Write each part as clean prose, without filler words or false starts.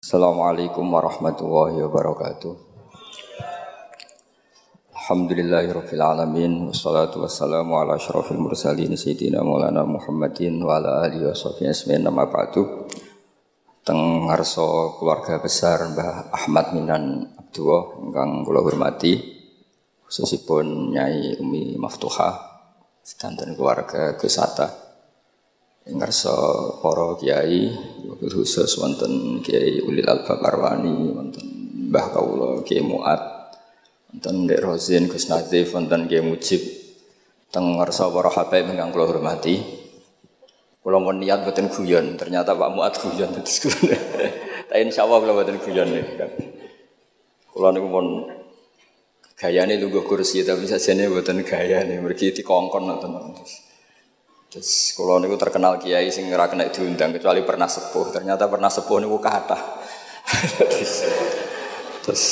Assalamualaikum warahmatullahi wabarakatuh. Alhamdulillahirabbil alamin wassalatu wassalamu ala asyrofil mursalin sayyidina Maulana Muhammadin wa ala alihi washabbihi ajmain amma ba'du. Teng ngarsa keluarga besar Mbah Ahmad Minan Abdullah ingkang kula hormati, khususipun Nyai Umi Maftuhah sedanten keluarga Gus Hatta. Ngarsa para kiai khusus wonten Kiai Ulil Albab Arwani, wonten Mbah Kawula Kiai Muat, wonten Ndek Rozin Gus Nazif, wonten Kiai Mujib, teng ngarsa para habaib ingkang kula hormati. Kula mun niat boten guyon, ternyata Pak Muat guyon terus kula. Tapi insyaallah kula boten guyon niku. Kula niku mun gayane lungguh kursi tapi sajane boten gayane, mergi dikongkon ngoten. Terus kalau niku terkenal kiai sing ora kena diundang kecuali pernah sepuh. Ternyata pernah sepuh niku kathah. terus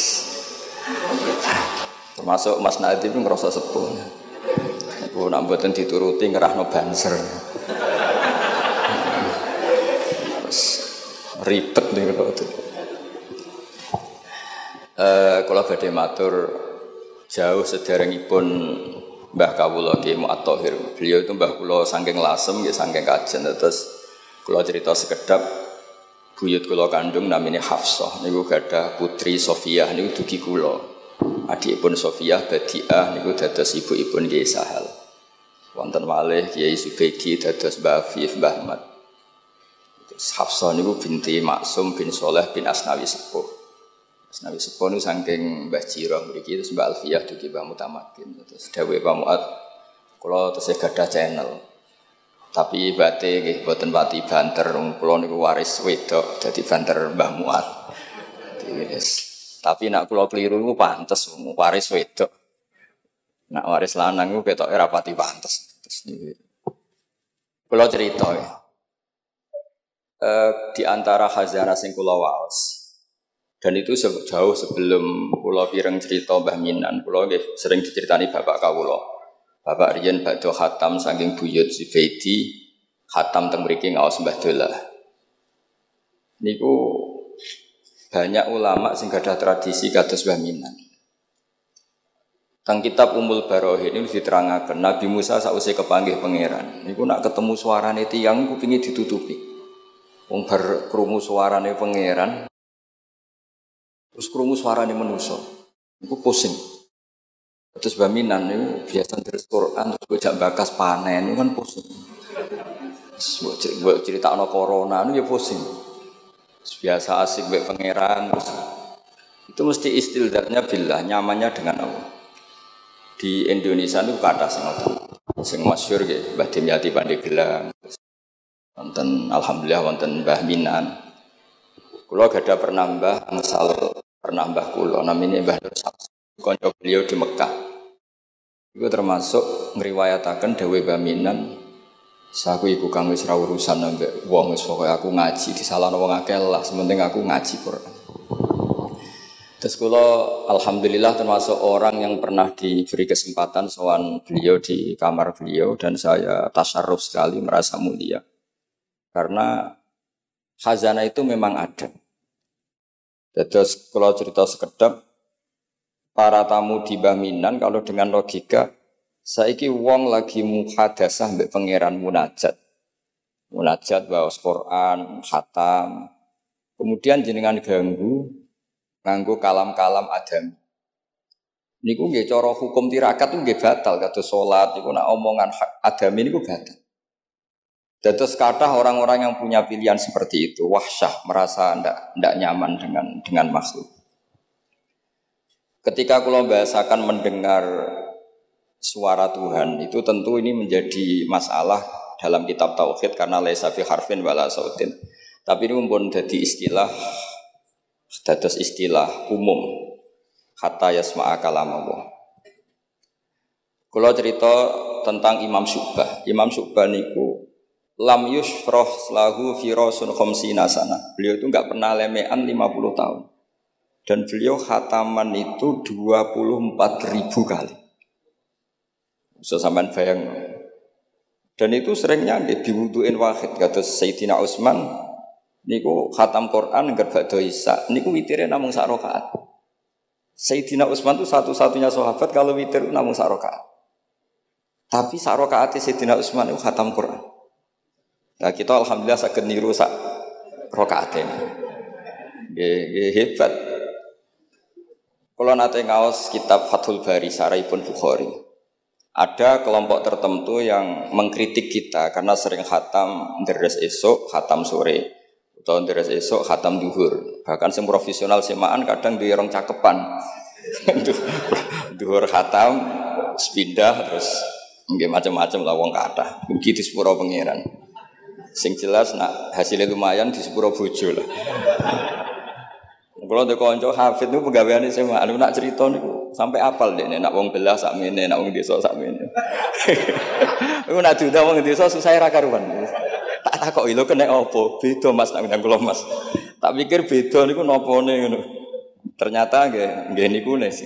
termasuk Mas Nadiem pun ngerasa sepuh. Iku nak mboten dituruti ngerahno banser. Terus ribet niku kok. Kula badhe matur jauh sederengipun Mbah Kawula Ki Mu'at Thahir. Beliau itu mbah kula saking lasem nggih saking kajen. Terus kula cerita sekedap buyut kula kandung namine Hafsah niku gadah putri Sofiyah niku dugi kula. Adikipun Sofiyah Badiah niku dados ibu-ibun Kiai Sahal. Wonten malih Kiai Subaidi dados Mbah Afif Mbah Ahmad. Terus Hafsah niku binti Maksum bin Soleh bin Asnawi Sepuh. Nabi Seponu saking Mbah Jirah mriki terus Mbah Alfiyah dugi Mbah Mutamakin terus dawuhe Pak Muat kula tesih gadah channel. Tapi bate nggih boten pati banter kula niku waris wedok dadi banter Mbah Muat. Tapi nek kula kliru niku pantes waris wedok. Nek waris lanang niku ketoke ora pati pantes. Terus niki kula cerita ya. Di antara khazanah sing kula waos dan itu jauh sebelum kula pireng cerita Mbah Minan, kula sering diceritani bapak kawula. Bapak riyen badhe khatam saking buyut Zubaidi, khatam teng mriki ngaos Mbah Dolah. Niku banyak ulama sing gadah tradisi kados Mbah Minan. Teng kitab Ummul Barohin ini diterangaken Nabi Musa sausé kepanggih pangeran. Niku nak ketemu suarane tiyang kupinge ditutupi. Wong bar krungu suarane pangeran terus krungu suarane manusa. Niku pusing. Terus Baminan niku biasa terus Quran terus bocah bakas panen niku kan pusing. Mbok critakno corona niku ya pusing. Terus biasa asik mbek pangeran terus itu mesti istildarnya billah, nyamannya dengan Allah. Di Indonesia niku kathah sing ngoten. Sing masyhur nggih Mbah Dimyati Pandeglang. Wonten alhamdulillah wonten Mbah Minan. Kula gadah pernambah ngesal pernambah kula namine Mbah Nur Samsu kanca beliau di Mekah. Iku termasuk ngriwayataken dawuh Mbah Minan, "Saku iku kang wis ra urusan ambek wong wis pokoke aku ngaji disalahno wong akeh lah, sementing aku ngaji Quran." Terus kula alhamdulillah termasuk orang yang pernah diberi kesempatan sowan beliau di kamar beliau dan saya tasyarruf sekali merasa mulia. Karena khazanah itu memang ada. Terus kalau cerita sekedap para tamu di Mbah Minan kalau dengan logika saiki wong lagi muhadasah mbek pangeran munajat waos Quran khatam kemudian jenengan ganggu nganggo kalam-kalam adami niku nggih cara hukum tirakat niku nggih batal kados salat niku nek omongan adami niku batal. Terus kata orang-orang yang punya pilihan seperti itu, wahsyah, merasa tidak nyaman dengan makhluk. Ketika kula bahasakan mendengar suara Tuhan, itu tentu ini menjadi masalah dalam kitab Tauhid karena laisa fi harfin wala sautin. Tapi ini pun jadi istilah, dados istilah umum, hatta yasma'a kalam Allah. Kula cerita tentang Imam Syu'bah. Imam Syu'bah niku lam yusfroh lahu firasun khamsina sana. Beliau itu enggak pernah lemean 50 tahun. Dan beliau khataman itu 24.000 kali. Bisa sampean bayang. Dan itu seringnya diwuduin wahid. Kata Sayyidina Utsman Niku khatam Quran ngger badhe Isya, niku witire namung sak rakaat. Sayyidina Utsman itu satu-satunya sahabat kalau witir namung sak rakaat. Tapi sak rakaate Sayyidina Utsman itu khatam Quran. Nah, kita alhamdulillah saged niru sak rakaate. Nggih hebat. Kalau nate ngaos kitab Fathul Bari Syarahipun Bukhari. Ada kelompok tertentu yang mengkritik kita karena sering khatam deres esok, khatam sore. Tahun deres esok khatam duhur, bahkan yang profesional semaan kadang duwe rong cakepan. Duhur khatam sepindah terus nggih macam-macam lah wong kathah. Mugi di sepuro pangeran. Sing jelas nak hasilnya lumayan di sepuro bojo lah. Kalau ndek kanca hafid niku penggaweane semaan nak cerita niku sampai apal dekne nak wong belah sakmene, nak wong desa sakmene. Iku nak diundang wong desa susah ra karuan. Tak kok lho kena apa? Beda Mas nak ngundang kula Mas. Tak pikir beda niku napane ngono. Ternyata nggih niku sing.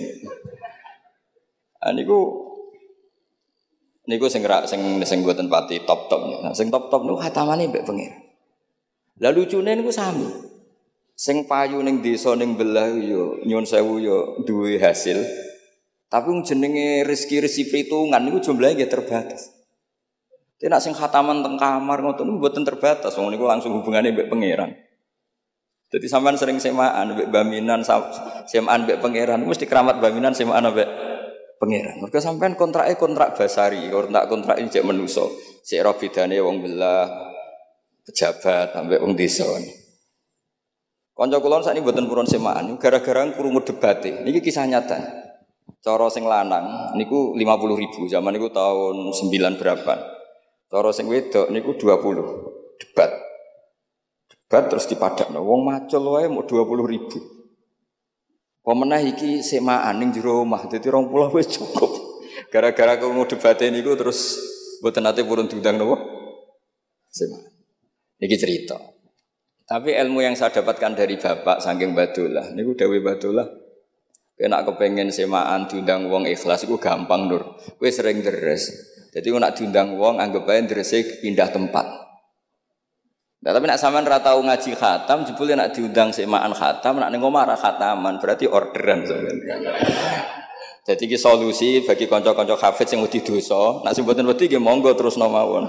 Niku sing mboten pati top-top. Nah, sing top-top niku khatamane mbek pengen. Lah lucune niku sami. Sing payu ning desa ning belah yo nyun sewu yo duwe hasil. Tapi jenenge rezeki perhitungan niku jumlahe nggih terbatas. Nek sing khataman teng kamar ngoten niku mboten terbatas, wong niku langsung hubungane mbek pangeran. Dadi sampean sering semaan mbek baminan semaan mbek pangeran, mesti keramat baminan semaan mbek pangeran. Mergo sampean kontrake kontrak basari, kontrak injek manusa. Sik ro bedane wong belah pejabat ambek wong desa. Kanca kula sakniki mboten purun semaan, gara-gara krungu debate. Niki kisah nyata. Cara sing lanang niku 50.000, zaman niku tahun 9 berapa. Cara sing wedok niku 20 debat terus dipadakno wong macul wae mau 20.000. Pemenah iki semaan ning jero omah dadi 20 wis cukup. Gara-gara krungu debate niku terus mboten nate purun diundang napa? Semaan. Niki cerita. Tapi ilmu yang saya dapatkan dari bapak saking Badullah niku dawuh Badullah nek kepengin semaan diundang wong ikhlas iku gampang Nur. Kowe sering deres. Jadi nak diundang wong anggap ae ndrese pindah tempat. Nah, tapi nak sampean ra tau ngaji khatam, jebule nak diundang semaan khatam, nak ning omah ra khataman, berarti orderan sampean. Jadi iki solusi bagi kanca-kanca hafid sing wedi dosa, nak sing mboten wedi nggih monggo terusno mawon.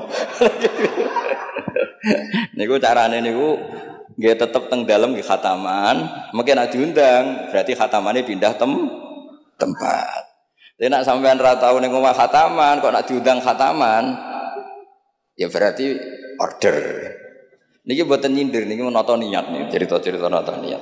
Niku carane niku nggih tetep teng dalem nggih khataman, mungkin nak diundang, berarti khatamane pindah tempat. Jadi nak sampean ra tau ning omah khataman, kok nak diundang khataman, ya berarti order. Niki mboten nyindir, niki menata niat nih, cerita-cerita nata niat.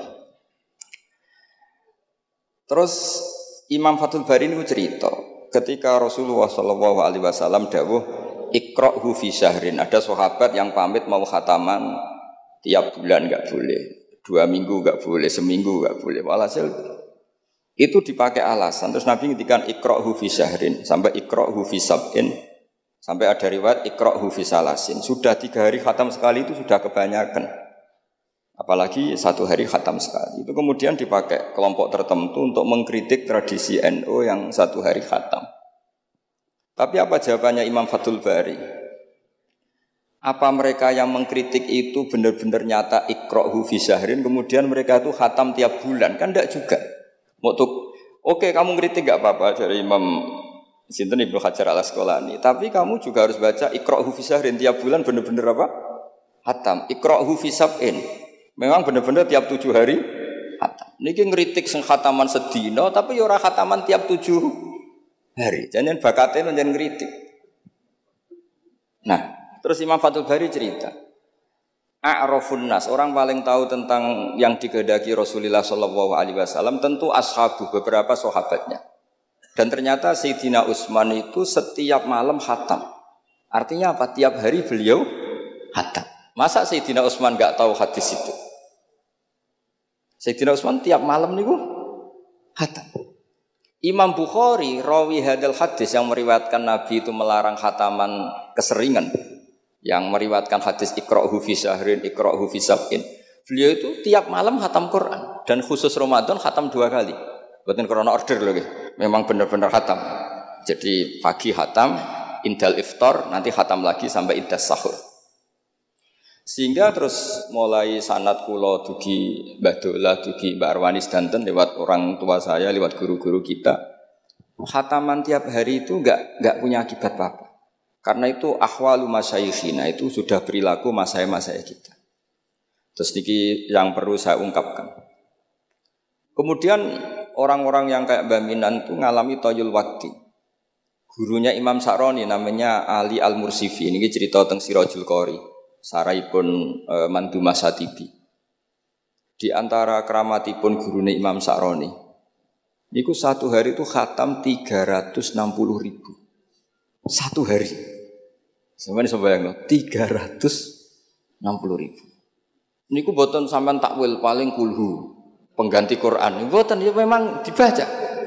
Terus Imam Fathul Bari niku cerita, ketika Rasulullah sallallahu alaihi wasallam dawuh iqra'hu fi syahrin, ada sahabat yang pamit mau khataman tiap bulan enggak boleh, 2 minggu enggak boleh, seminggu enggak boleh. Walhasil itu dipakai alasan. Terus Nabi ngendikan iqra'hu fi syahrin sampai iqra'hu fi sab'in, sampai ada riwayat iqra'hu fi salasin. Sudah 3 hari khatam sekali itu sudah kebanyakan. Apalagi 1 hari khatam sekali. Itu kemudian dipakai kelompok tertentu untuk mengkritik tradisi NU yang 1 hari khatam. Tapi apa jawabannya Imam Fathul Bari? Apa mereka yang mengkritik itu benar-benar nyata iqra'hu fi syahrin, kemudian mereka itu khatam tiap bulan? Kan enggak juga. Oke, kamu ngeritik gak apa-apa dari Imam Sinten Ibnu Hajar Al-Asqalani, tapi kamu juga harus baca iqra'hu fi syahrin tiap bulan benar-benar apa? Khatam. Iqra'hu fi sab'in. Memang benar-benar tiap 7 hari khatam. Niki ngeritik sing khataman sedina tapi ya ora khataman tiap 7 hari. Jangan bakate njen ngeritik. Nah, terus Imam Fathul Bari cerita, a'rafun nas, orang paling tahu tentang yang dikehendaki Rasulullah sallallahu alaihi wasallam tentu ashabu, beberapa sahabatnya. Dan ternyata Sayyidina Utsman itu setiap malam khatam. Artinya apa? Tiap hari beliau khatam. Masa Sayyidina Utsman enggak tahu hadis itu? Sayyidina Utsman tiap malam niku khatam. Imam Bukhari rawi hadal hadis yang meriwayatkan Nabi itu melarang khataman keseringan, yang meriwayatkan hadis iqra'hu fi syahrin, iqra'hu fi sab'in. Beliau itu tiap malam khatam Quran dan khusus Ramadan khatam 2 kali. Bukan karena order loh, memang benar-benar khatam. Jadi pagi khatam, indal iftar, nanti khatam lagi sampai indas sahur. Sehingga terus mulai sanad kula dugi Mbah Dolah, dugi Mbak Arwani sedanten lewat orang tua saya, lewat guru-guru kita. Khataman tiap hari itu enggak punya akibat apa-apa. Karena itu ahwalu masyayikhina, itu sudah perilaku masaya-masaya kita. Terus niki yang perlu saya ungkapkan. Kemudian orang-orang yang kayak Mbah Minan itu ngalami toyul wakti. Gurunya Imam Sa'roni namanya Ali Al-Mursifi. Ini cerita tentang Sirajul Qori. Saraipun Mandumah Satibi. Di antara keramatipun gurunya Imam Sa'roni, niku satu hari itu khatam 360.000. Satu hari. Sampeyan iso bayangno 360.000. Niku boten sampean takwil paling kulhu pengganti Quran. Boten ya memang dibaca.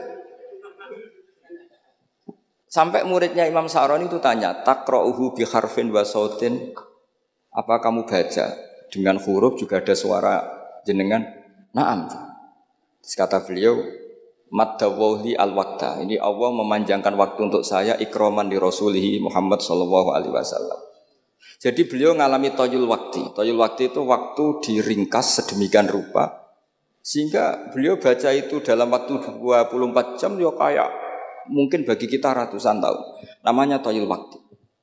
Sampai muridnya Imam Sa'roni itu tanya, "Taqra'uhu bi harfin wa sautin?" Apa kamu baca dengan huruf juga ada suara jenengan? Naam. Terus kata beliau, "Maddawli al-waqta." Ini Allah memanjangkan waktu untuk saya ikraman di Rasulihi Muhammad sallallahu alaihi wasallam. Jadi beliau ngalami toyul wakti. Toyul wakti itu waktu diringkas sedemikian rupa sehingga beliau baca itu dalam waktu 24 jam ya kayak mungkin bagi kita ratusan tahun. Namanya toyul wakti.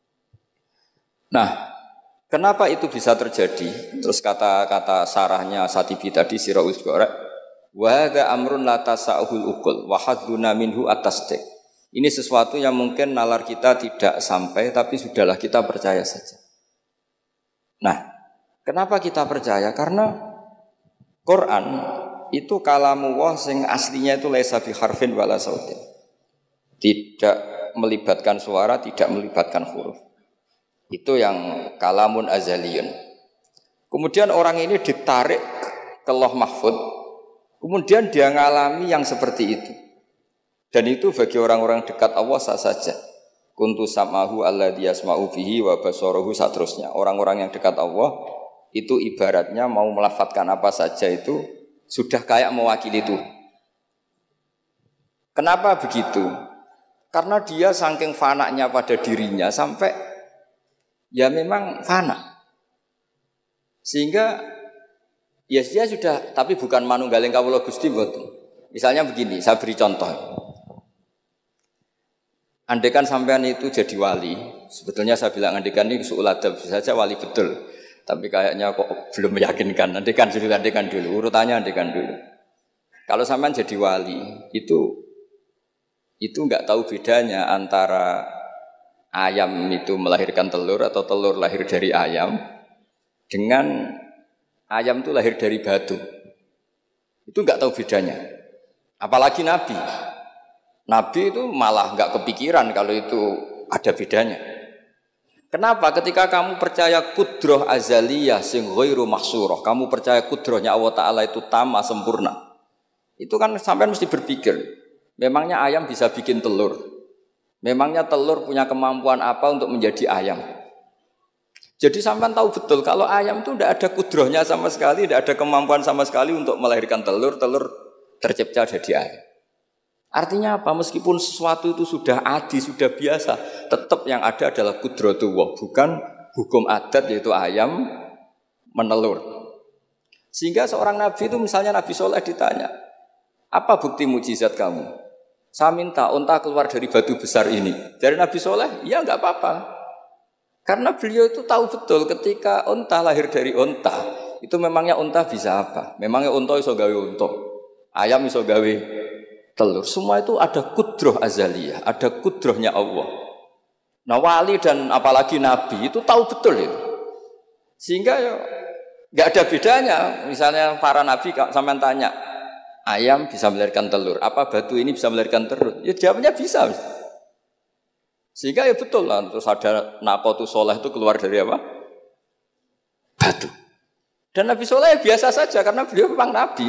Nah, kenapa itu bisa terjadi? Terus kata-kata sarahnya Satibi tadi Sirahul Qorek, wa hadza amrun la tasa'ul uqul wa hadzuna minhu atasdik. Ini sesuatu yang mungkin nalar kita tidak sampai, tapi sudahlah kita percaya saja. Nah, kenapa kita percaya? Karena Quran itu kalamullah sing aslinya itu laisa bi harfin wala sautin. Tidak melibatkan suara, tidak melibatkan huruf. Itu yang kalamun azaliyun. Kemudian orang ini ditarik ke Lauh Mahfud. Kemudian dia ngalami yang seperti itu. Dan itu bagi orang-orang dekat Allah sah saja. Kuntu samahu alladhi yasma'u bihi wa basarahu satrusnya. Orang-orang yang dekat Allah itu ibaratnya mau melafadzkan apa saja itu sudah kayak mewakili itu. Kenapa begitu? Karena dia saking fananya pada dirinya sampai ya memang fana. Sehingga ya dia sudah, tapi bukan manunggaling kawula Gusti mboten. Misalnya begini, saya beri contoh. Andaikan sampean itu jadi wali, sebetulnya saya bilang andaikan ini su'ul adab, bisa saja wali betul. Tapi kayaknya kok belum meyakinkan. Andaikan dulu, urutannya andaikan dulu. Kalau sampean jadi wali, itu enggak tahu bedanya antara ayam itu melahirkan telur atau telur lahir dari ayam dengan ayam itu lahir dari batu. Itu enggak tahu bedanya. Apalagi Nabi. Nabi itu malah enggak kepikiran kalau itu ada bedanya. Kenapa? Ketika kamu percaya kudrah azaliyah sing ghairu mahsurah, kamu percaya kudrahnya Allah Ta'ala itu tamah sempurna. Itu kan sampai mesti berpikir, memangnya ayam bisa bikin telur? Memangnya telur punya kemampuan apa untuk menjadi ayam? Jadi sampean tahu betul kalau ayam itu tidak ada kudrahnya sama sekali, tidak ada kemampuan sama sekali untuk melahirkan telur tercipta jadi ayam. Artinya apa? Meskipun sesuatu itu sudah adi, sudah biasa, tetap yang ada adalah kudratullah, bukan hukum adat yaitu ayam menelur. Sehingga seorang nabi itu misalnya Nabi Soleh ditanya, apa bukti mukjizat kamu? Saya minta unta keluar dari batu besar ini. Dari Nabi Soleh, ya enggak apa-apa. Karena beliau itu tahu betul ketika unta lahir dari unta, itu memangnya unta bisa apa? Memangnya unta iso gawe unta, ayam iso gawe telur. Semua itu ada kudrah azaliyah, ada kudrahnya Allah. Nah wali dan apalagi nabi itu tahu betul itu. Sehingga ya enggak ada bedanya. Misalnya para nabi sampean tanya, ayam bisa melahirkan telur, apa batu ini bisa melahirkan telur? Ya jawabnya bisa. Sehingga ya betul lah. Terus ada Naqatus Sholeh itu keluar dari apa? Batu. Dan Nabi Soleh biasa saja karena beliau memang nabi.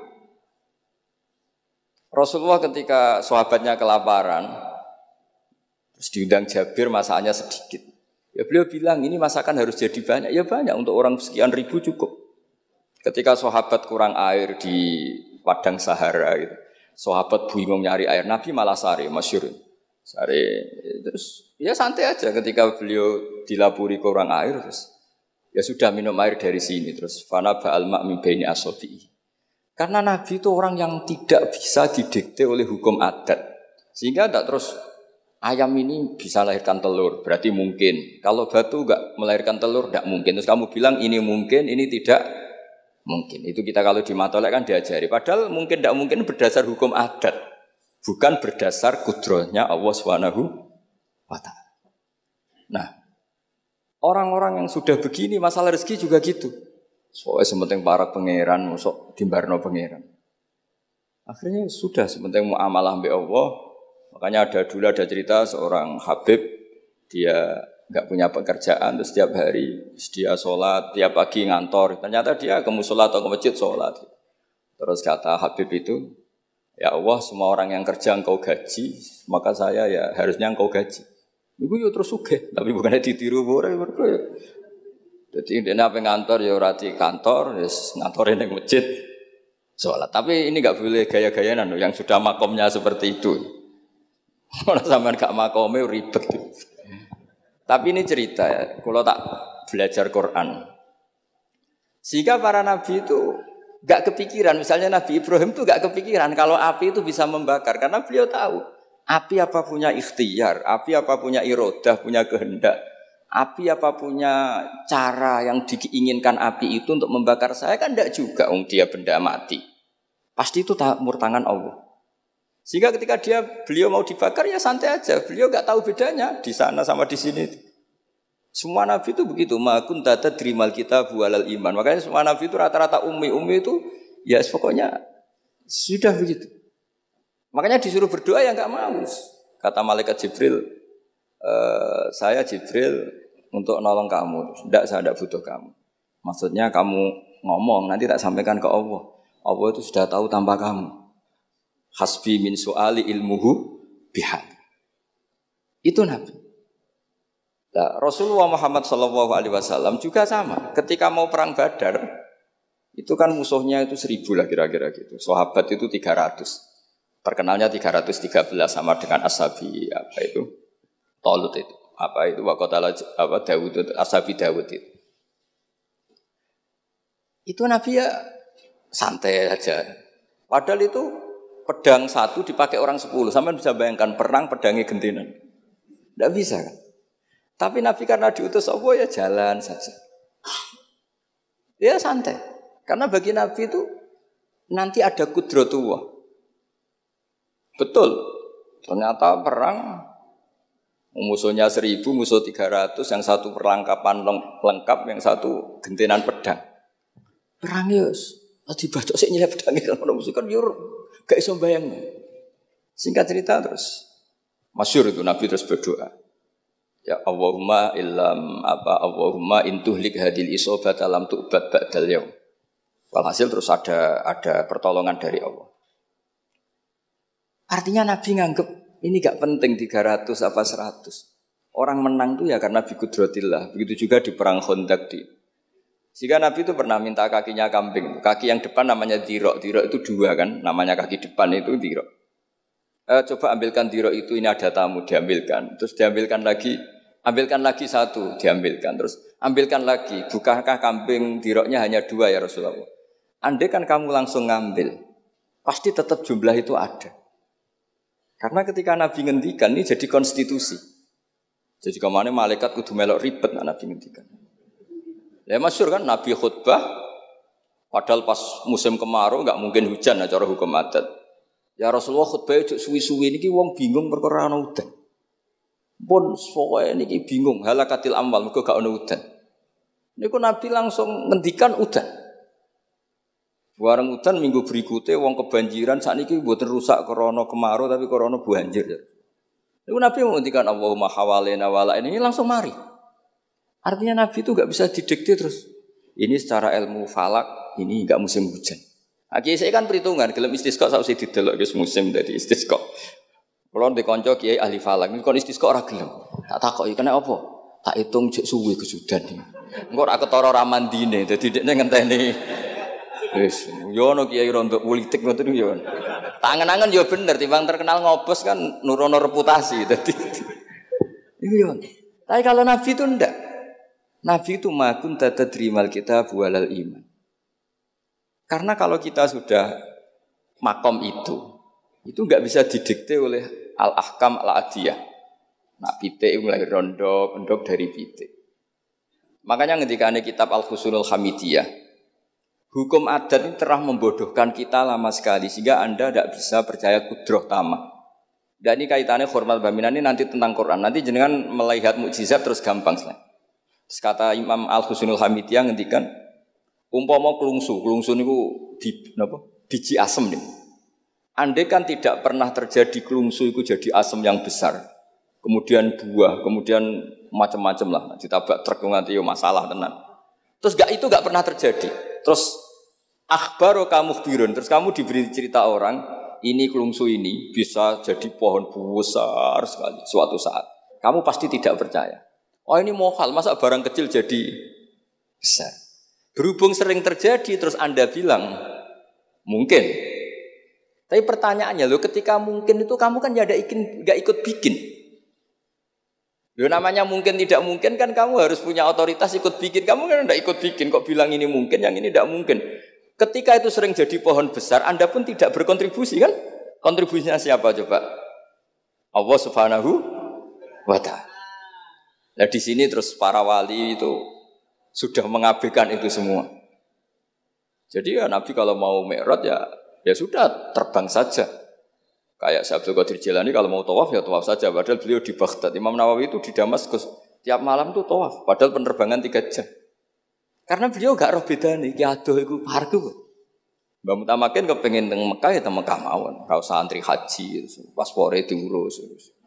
Rasulullah ketika sahabatnya kelaparan, terus diundang Jabir masakannya sedikit. Ya beliau bilang ini masakan harus jadi banyak. Ya banyak untuk orang sekian ribu cukup. Ketika sahabat kurang air di padang Sahara, gitu, sahabat bingung nyari air, Nabi malah sare, masyhur. Sare, terus ya santai aja ketika beliau dilapuri kurang air, terus Ya sudah minum air dari sini terus fana ba'al ma' min baini asabi'i. Karena Nabi itu orang yang tidak bisa didikte oleh hukum adat. Sehingga tidak terus ayam ini bisa melahirkan telur, berarti mungkin. Kalau batu enggak melahirkan telur, tidak mungkin. Terus kamu bilang ini mungkin, ini tidak mungkin. Itu kita kalau di matolek kan diajari. Padahal mungkin tidak mungkin berdasar hukum adat. Bukan berdasar kudrohnya Allah Subhanahu wa ta'ala. Nah, orang-orang yang sudah begini, masalah rezeki juga gitu. Soalnya sementing para pangeran, masuk dimbarno pangeran. Akhirnya sudah sementing muamalah mbek Allah. Makanya ada cerita seorang Habib, dia enggak punya pekerjaan, terus setiap hari dia sholat, tiap pagi ngantor. Ternyata dia ke mushola atau ke masjid sholat. Terus kata Habib itu, ya Allah, semua orang yang kerja engkau gaji, maka saya ya harusnya engkau gaji. Iku yo terus sugih, tapi bukannya ditiru ora mergo ya. Dadi dene ape ngantor ya ora di kantor, wis ngantore ning masjid salat. Tapi ini enggak boleh gaya-gayanan loh, yang sudah makomnya seperti itu. Ora sampean gak makome ribet. Tapi ini cerita ya, kalau tak belajar Quran. Sehingga para nabi itu enggak kepikiran, misalnya Nabi Ibrahim itu enggak kepikiran kalau api itu bisa membakar karena beliau tahu api apa punya ikhtiar, api apa punya irodah, punya kehendak, api apa punya cara yang diinginkan api itu untuk membakar saya kan tidak juga, dia benda mati. Pasti itu murtangan Allah. Sehingga ketika beliau mau dibakar ya santai aja, beliau nggak tahu bedanya di sana sama di sini. Semua nabi itu begitu, ma kunta tadrimal kitab walal iman. Makanya semua nabi itu rata-rata ummi itu ya pokoknya sudah begitu. Makanya disuruh berdoa ya enggak mau. Kata malaikat Jibril, saya Jibril untuk nolong kamu. Tidak, saya tidak butuh kamu. Maksudnya kamu ngomong, nanti tak sampaikan ke Allah. Allah itu sudah tahu tanpa kamu. Hasbi min su'ali ilmuhu bihal. Itu Nabi. Nah, Rasulullah Muhammad SAW juga sama. Ketika mau perang Badar, itu kan musuhnya itu 1000 lah kira-kira gitu. Sahabat itu 300. Terkenalnya 313 sama dengan Ashabi apa itu Talut itu apa itu waqatala apa Dawud itu Ashabi Dawud itu Nabi ya santai aja. Padahal itu pedang satu dipakai orang 10. Sampai bisa bayangkan perang pedangnya gentenan. Tidak bisa kan? Tapi Nabi karena diutus Allah ya jalan saja. Ya santai. Karena bagi Nabi itu nanti ada kudratullah. Betul, ternyata perang musuhnya 1000, musuh 300, yang satu perlengkapan lengkap, yang satu gentenan pedang. Perang yus, dibacok sih nyilep pedangnya kalau musuh kan yur, gak iso bayang. Singkat cerita terus, masyhur itu Nabi terus berdoa, ya Allahumma intuhlik hadil isobat alam tu'bad ba'dal yaum. Walhasil terus ada pertolongan dari Allah. Artinya Nabi nganggep ini gak penting 300 apa 100. Orang menang itu ya karena biqudratillah. Begitu juga di perang Khandaq di. Sehingga Nabi itu pernah minta kakinya kambing. Kaki yang depan namanya dirok. Dirok itu 2 kan. Namanya kaki depan itu dirok. Coba ambilkan dirok itu, ini ada tamu, diambilkan. Terus diambilkan lagi. Ambilkan lagi 1, diambilkan. Terus ambilkan lagi. Bukankah kambing diroknya hanya 2 ya Rasulullah? Andai kan kamu langsung ngambil, pasti tetap jumlah itu ada. Karena ketika Nabi ngendikan ini jadi konstitusi. Jadi kemana malaikat kudu melok ribet Nabi ngendikan. Ya masyhur kan Nabi khutbah padahal pas musim kemarau enggak mungkin hujan cara hukum adat. Ya Rasulullah khutbah ojo suwi-suwi niki wong bingung perkara ana udan. Pun pokoke niki bingung halakatil amwal mergo gak ana udan. Niku Nabi langsung ngendikan udan. Warang udan minggu berikutnya wong kebanjiran sakniki mboten rusak krana kemarau tapi krana banjir. Niku Nabi menghentikan Allahumma hawalena wala ini langsung mari. Artinya Nabi itu enggak bisa didikte terus. Ini secara ilmu falak ini enggak musim hujan. Kiai saya kan perhitungan gelem istisqa sak usih didelok wis musim dadi istisqa. Kulo ndek kanca kiai ahli falak niku kon istisqa ora gelem. Tak takoki kena apa? Tak hitung jek suwe kesudan. Engko ora ketara ramandine dadi dekne ngenteni. Wis, yo ono kiai rontok politik ngoten yo. Tangan-tangan yo bener timbang terkenal ngobos kan nurono reputasi dadi. Iku yo. Tapi kalau Nabi itu ndak. Nabi itu makun tadrimal kitab walal iman. Karena kalau kita sudah makom itu nggak bisa didikte oleh al-ahkam al-adiyah. Nah, pitik mulai rondok dari pitik. Makanya ketika ada kitab Al-Husunul Hamidiyah, hukum adat ini telah membodohkan kita lama sekali sehingga Anda tidak bisa percaya kudroh tamah. Dan ini kaitannya hormat baminan ini nanti tentang Quran. Nanti jenengan melihat mukjizat terus gampang selain. Terus kata Imam Al-Husunul Hamidiyah ngendikan umpama klungsu niku biji asem nih. Andai kan tidak pernah terjadi klungsu itu jadi asem yang besar. Kemudian buah, kemudian macam-macam lah. Ditabak truk nanti yo masalah tenan. Terus itu gak pernah terjadi. Terus akhbaru kamu birun. Terus kamu diberi cerita orang, ini klungsu ini bisa jadi pohon besar sekali suatu saat. Kamu pasti tidak percaya. Oh ini mohal, masa barang kecil jadi besar. Berhubung sering terjadi, terus Anda bilang mungkin. Tapi pertanyaannya loh, ketika mungkin itu kamu kan gak ikut bikin. Loh namanya mungkin tidak mungkin kan kamu harus punya otoritas ikut bikin. Kamu kan tidak ikut bikin, kok bilang ini mungkin, yang ini tidak mungkin. Ketika itu sering jadi pohon besar, Anda pun tidak berkontribusi kan? Kontribusinya siapa coba? Allah Subhanahu wa Ta'ala. Nah di sini terus para wali itu sudah mengabaikan itu semua. Jadi ya Nabi kalau mau mi'raj ya sudah terbang saja. Kayak Syekh Abdul Qadir Jilani kalau mau tawaf ya tawaf saja. Padahal beliau di Baghdad. Imam Nawawi itu di Damaskus. Tiap malam tuh tawaf. Padahal penerbangan 3 jam. Karena beliau gak roh beda nih. Ki adoh iku parku. Mbak Mutamakin kepengen teng Mekah ya teng Mekah mawon. Ra usah antri haji, paspore diurus.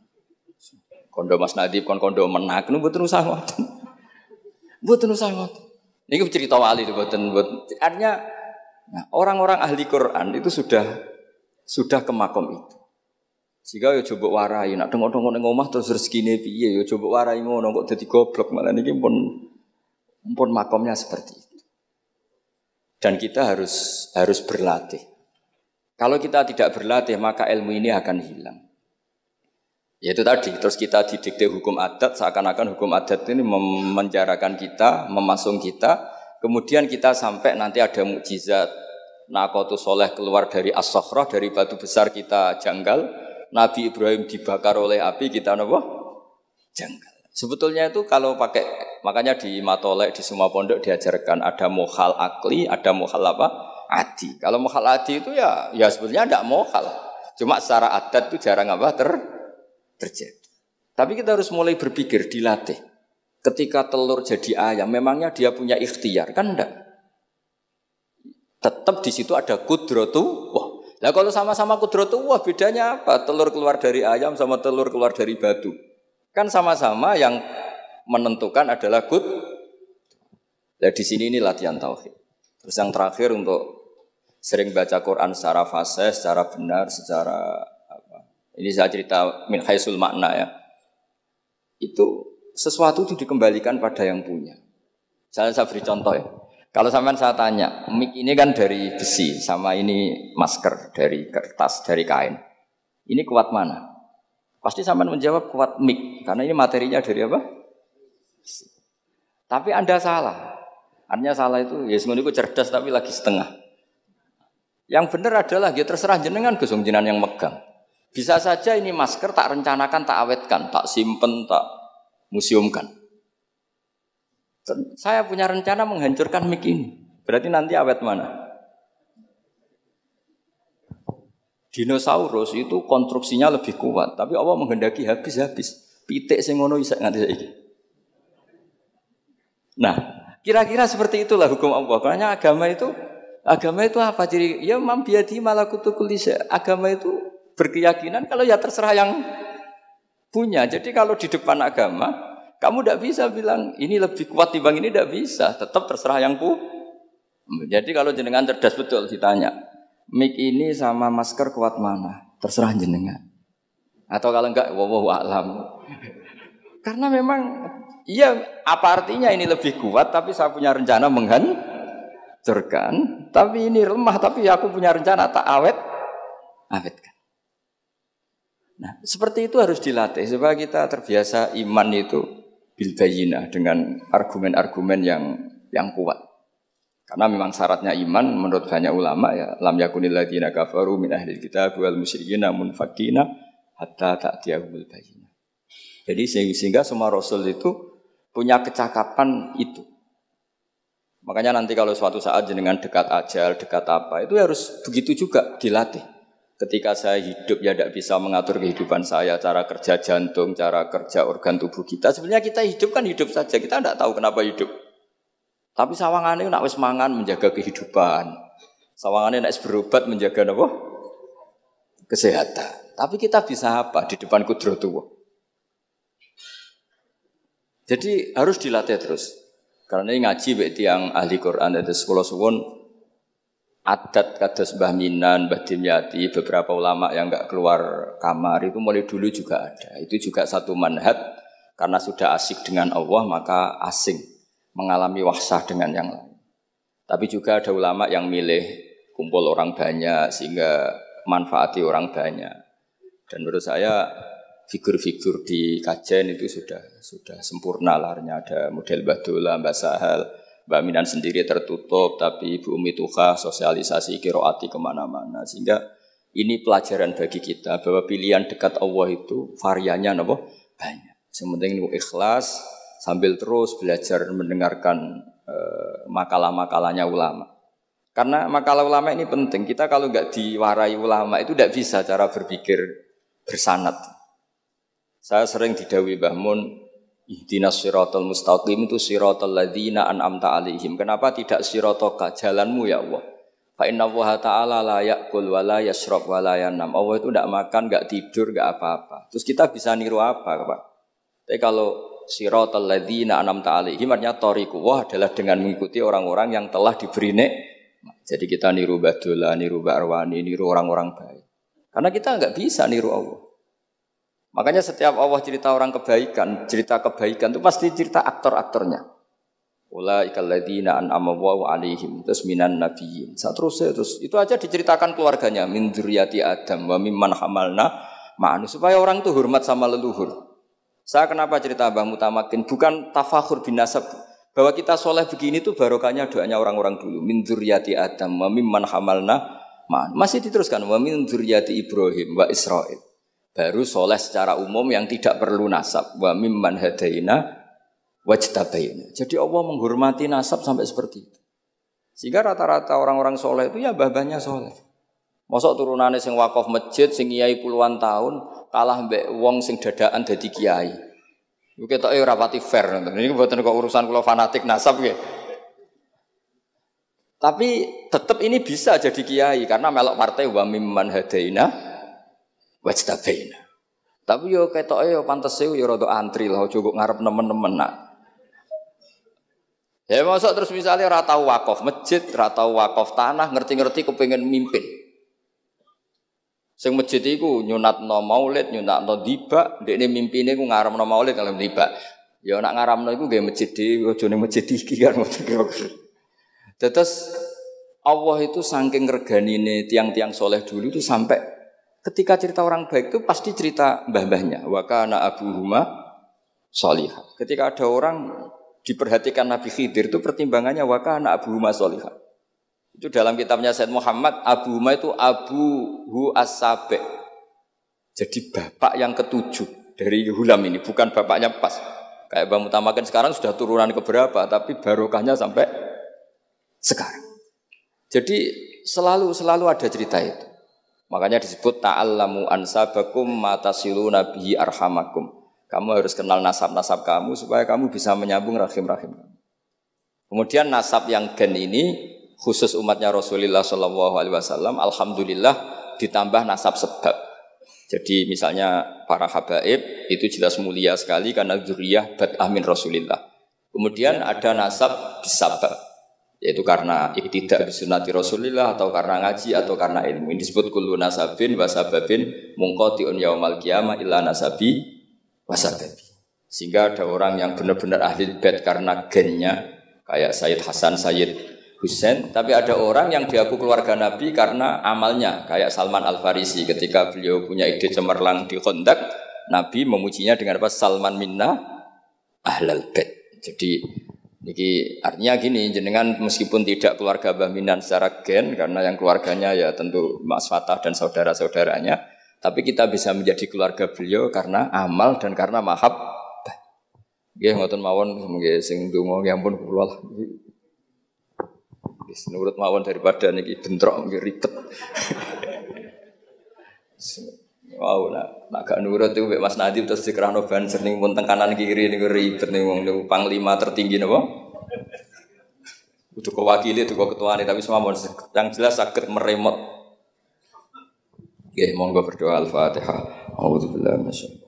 Kondo Mas Nadib kondo menak nu mboten usah ngoten. Mboten usah ngoten. Niki cerita wali mboten. Artinya nah, orang-orang ahli Quran itu sudah ke makom itu. Jika yo coba warai, nak tengok-tengok ning omah terus rezekine piye, yo coba warai ngono kok dadi goblok malah niki pun makomnya seperti itu. Dan kita harus berlatih. Kalau kita tidak berlatih maka ilmu ini akan hilang. Yaitu tadi, terus kita didikte hukum adat seakan-akan hukum adat ini memenjarakan kita, memasung kita, kemudian kita sampai nanti ada mukjizat. Naqatus Soleh keluar dari as-sakhrah, dari batu besar kita janggal. Nabi Ibrahim dibakar oleh api, kita apa? Janggal. Sebetulnya itu kalau pakai, makanya di matolek, di semua pondok diajarkan ada mokhal akli, ada mokhal apa? Adi. Kalau mokhal adi itu ya sebetulnya tidak mokhal. Cuma secara adat itu jarang apa? Terjadi. Tapi kita harus mulai berpikir, dilatih. Ketika telur jadi ayam, memangnya dia punya ikhtiar? Kan enggak. Tetap di situ ada kudratu. Wah, lah kalau sama-sama kudratu, wah bedanya apa? Telur keluar dari ayam sama telur keluar dari batu. Kan sama-sama yang menentukan adalah Nah di sini ini latihan tauhid. Terus yang terakhir untuk sering baca Quran secara fasih, secara benar, secara apa? Ini saya cerita min haisul makna ya. Itu sesuatu itu dikembalikan pada yang punya. Saya beri contoh ya. Kalau sampean saya tanya, mic ini kan dari besi, sama ini masker dari kertas, dari kain. Ini kuat mana? Pasti sampean menjawab kuat mic, karena ini materinya dari apa? Besi. Tapi Anda salah. Artinya salah itu, ya semuanya cerdas tapi lagi setengah. Yang benar adalah, ya terserah jenengan Gus jenengan yang megang. Bisa saja ini masker tak rencanakan, tak awetkan, tak simpen, tak museumkan. Saya punya rencana menghancurkan mic ini. Berarti nanti awet mana? Dinosaurus itu konstruksinya lebih kuat, tapi Allah menghendaki habis-habis. Pitik sing ngono iso nganti saiki. Nah, kira-kira seperti itulah hukum Allah. Karena agama itu apa ciri? Ya mam biadi malakutu kulli syai'. Agama itu berkeyakinan kalau ya terserah yang punya. Jadi kalau di depan agama kamu tidak bisa bilang ini lebih kuat timbang ini, tidak bisa. Tetap terserah yang Jadi kalau jenengan cerdas betul ditanya, mic ini sama masker kuat mana? Terserah jenengan. Atau kalau enggak, wallahu a'lam. Karena memang, iya apa artinya ini lebih kuat, tapi saya punya rencana menghancurkan. Tapi ini lemah, tapi aku punya rencana tak awetkan. Nah, seperti itu harus dilatih supaya kita terbiasa iman itu. bil bayyinah, dengan argumen-argumen yang kuat. Karena memang syaratnya iman menurut banyak ulama ya, lam yakunil ladzina kafaru min ahlil kitab wal musyrikin munfakina hatta ta'tiyahumul bayyinah. Jadi sehingga semua rasul itu punya kecakapan itu. Makanya nanti kalau suatu saat jenengan dekat ajal, dekat apa, itu harus begitu juga dilatih. Ketika saya hidup ya tidak bisa mengatur kehidupan saya, cara kerja jantung, cara kerja organ tubuh kita. Sebenarnya kita hidup kan hidup saja, kita tidak tahu kenapa hidup. Tapi sawangane nak wis mangan menjaga kehidupan. Sawangane nak wis berobat menjaga apa? Kesehatan. Tapi kita bisa apa di depan kudratullah? Jadi harus dilatih terus. Karena ini ngaji berarti yang ahli Quran ada sekolah suwon adat kados Mbah Minan, Mbah Dimyati, beberapa ulama yang enggak keluar kamar itu mulai dulu juga ada. Itu juga satu manhaj karena sudah asik dengan Allah maka asing mengalami wahsah dengan yang lain. Tapi juga ada ulama yang milih kumpul orang banyak sehingga manfaati orang banyak. Dan menurut saya figur-figur di kajian itu sudah sempurna larnya. Ada model Mbah Dola, Mbah Sahal, Mbak Minan sendiri tertutup, tapi Ibu Umi Tuha sosialisasi kiroati kemana-mana. Sehingga ini pelajaran bagi kita bahwa pilihan dekat Allah itu variannya banyak. Sementing ikhlas sambil terus belajar mendengarkan makalah-makalahnya ulama. Karena makalah ulama ini penting. Kita kalau nggak diwarai ulama itu tidak bisa cara berpikir bersanad. Saya sering didhawuhi Mbah Mun, ihdinas siratal mustaqim itu siratal ladzina an'amta alaihim. Kenapa tidak siratoka jalanmu ya Allah? Fa inna Allah ta'ala la ya'kul wa la yashrab wa la yanam. Allah itu tidak makan, enggak tidur, enggak apa-apa. Terus kita bisa niru apa, Pak? Tapi kalau siratal ladzina an'amta alaihim artinya thariqullah adalah dengan mengikuti orang-orang yang telah diberi nikmat. Jadi kita niru Mbah Dola, niru Mbak Arwani, niru orang-orang baik. Karena kita enggak bisa niru Allah. Makanya setiap Allah cerita orang kebaikan, cerita kebaikan itu pasti cerita aktor-aktornya. Ulaikal ladzina an'ama Allahu 'alaihim terus minan nabiyyin. Terus itu aja diceritakan keluarganya min dzurriyyati Adam wa mimman hamalna ma'anu supaya orang itu hormat sama leluhur. Saya kenapa cerita Mbah Mutamakin bukan tafakhur bin nasab bahwa kita soleh begini tuh barokahnya doanya orang-orang dulu min dzurriyyati Adam wa mimman hamalna ma'anu. Masih diteruskan wa min dzurriyyati Ibrahim wa Israil. Baru soleh secara umum yang tidak perlu nasab wa mimman hadaina wajtabaina. Jadi Allah menghormati nasab sampai seperti itu. Sehingga rata-rata orang-orang soleh itu ya babahnya soleh. Mosok turunane sing wakaf masjid sing kiai puluhan tahun kalah mbek wong sing dadaan dadi kiai. Iku ketoke ora pati fair. Ini mboten kok urusan kula fanatik nasab nggih. Tapi tetap ini bisa jadi kiai karena melok partai wa mimman hadaina wajtabaina. Tapi yo ketoke yo pantese yo rada antri lah aja kok ngarep nemen-nemen nak. Ya masa terus misalnya ora tau wakaf masjid, ora tau wakaf tanah, ngerti-ngerti kepengin mimpin. Sing masjid iku nyunatno maulid, nyunatno dibak, ndekne mimpine ku ngaramno maulid kalau dibak. Ya nak ngaramno iku nggih masjid dhewe, aja ning masjid iki kan. Terus Allah itu saking reganine tiang-tiang soleh dulu itu sampai ketika cerita orang baik itu pasti cerita mbah-mbahnya. Wa kana abuhuma sholihah. Ketika ada orang diperhatikan Nabi Khidir itu pertimbangannya wa kana abuhuma sholihah. Itu dalam kitabnya Said Muhammad, abuhuma itu abuhu as-sabi'. Jadi bapak yang ketujuh dari Hulam ini, bukan bapaknya pas. Kayak Mbah Mutamakin sekarang sudah turunan keberapa, tapi barokahnya sampai sekarang. Jadi selalu ada cerita itu. Makanya disebut ta'allamu ansabakum matasiluna bihi arhamakum. Kamu harus kenal nasab-nasab kamu supaya kamu bisa menyambung rahim-rahim kamu. Kemudian nasab yang gen ini khusus umatnya Rasulullah SAW, alhamdulillah ditambah nasab sebab. Jadi misalnya para habaib itu jelas mulia sekali karena dzurriyyah bad'ah min Rasulillah. Kemudian ada nasab bisabab, yaitu karena iktidak bisunnati Rasulillah atau karena ngaji atau karena ilmu. Ini disebut kullu nasabin wasababin munqati'un yaumal qiyamah illa nasabi wasababi. Sehingga ada orang yang benar-benar ahli bait karena gennya kayak Sayyid Hasan, Sayyid Husain, tapi ada orang yang diaku keluarga Nabi karena amalnya kayak Salman Al-Farisi ketika beliau punya ide cemerlang di Khandaq, Nabi memujinya dengan apa? Salman minna ahlal bait. Jadi niki artinya gini, jenengan meskipun tidak keluarga Mbah Minan secara gen karena yang keluarganya ya tentu Mas Fatah dan saudara-saudaranya, tapi kita bisa menjadi keluarga beliau karena amal dan karena mahabbah. Nggih ngoten mawon nggih sing ndonga nggih ampun kula lah. Wis nurut mawon daripada niki bentrok nggih ribet. Wow, nak gak nurut itu Mas Nadib terus dikerano banser ning pun teng kanan kiri niku ribet ning wong niku panglima tertinggi napa? Kudu kewakili itu kok ketuane tapi semawon yang jelas saged meremot. Nggih monggo berdoa Al-Fatihah. A'udzubillahi minasyaitonir